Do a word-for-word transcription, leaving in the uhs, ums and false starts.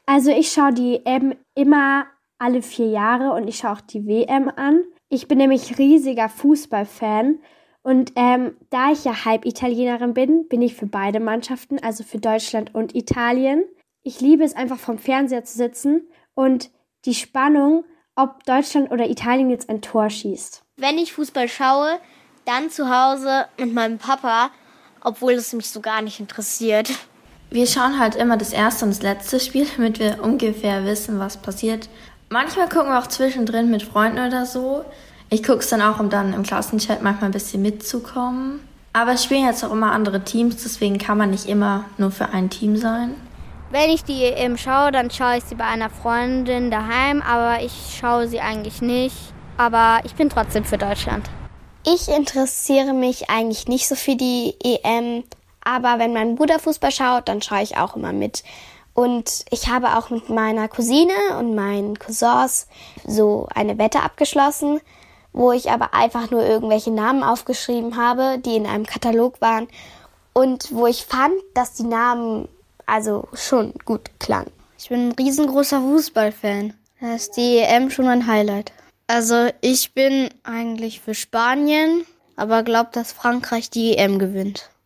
Also ich schaue die E M immer alle vier Jahre und ich schaue auch die W M an. Ich bin nämlich riesiger Fußballfan und ähm, da ich ja halb Italienerin bin, bin ich für beide Mannschaften, also für Deutschland und Italien. Ich liebe es einfach vom Fernseher zu sitzen und die Spannung, ob Deutschland oder Italien jetzt ein Tor schießt. Wenn ich Fußball schaue, dann zu Hause mit meinem Papa, obwohl es mich so gar nicht interessiert. Wir schauen halt immer das erste und das letzte Spiel, damit wir ungefähr wissen, was passiert. Manchmal gucken wir auch zwischendrin mit Freunden oder so. Ich gucke es dann auch, um dann im Klassenchat manchmal ein bisschen mitzukommen. Aber es spielen jetzt auch immer andere Teams, deswegen kann man nicht immer nur für ein Team sein. Wenn ich die E M schaue, dann schaue ich sie bei einer Freundin daheim, aber ich schaue sie eigentlich nicht. Aber ich bin trotzdem für Deutschland. Ich interessiere mich eigentlich nicht so für die E M, aber wenn mein Bruder Fußball schaut, dann schaue ich auch immer mit. Und ich habe auch mit meiner Cousine und meinen Cousins so eine Wette abgeschlossen, wo ich aber einfach nur irgendwelche Namen aufgeschrieben habe, die in einem Katalog waren und wo ich fand, dass die Namen also schon gut klangen. Ich bin ein riesengroßer Fußballfan. Da ist die E M schon ein Highlight. Also ich bin eigentlich für Spanien, aber glaube, dass Frankreich die E M gewinnt.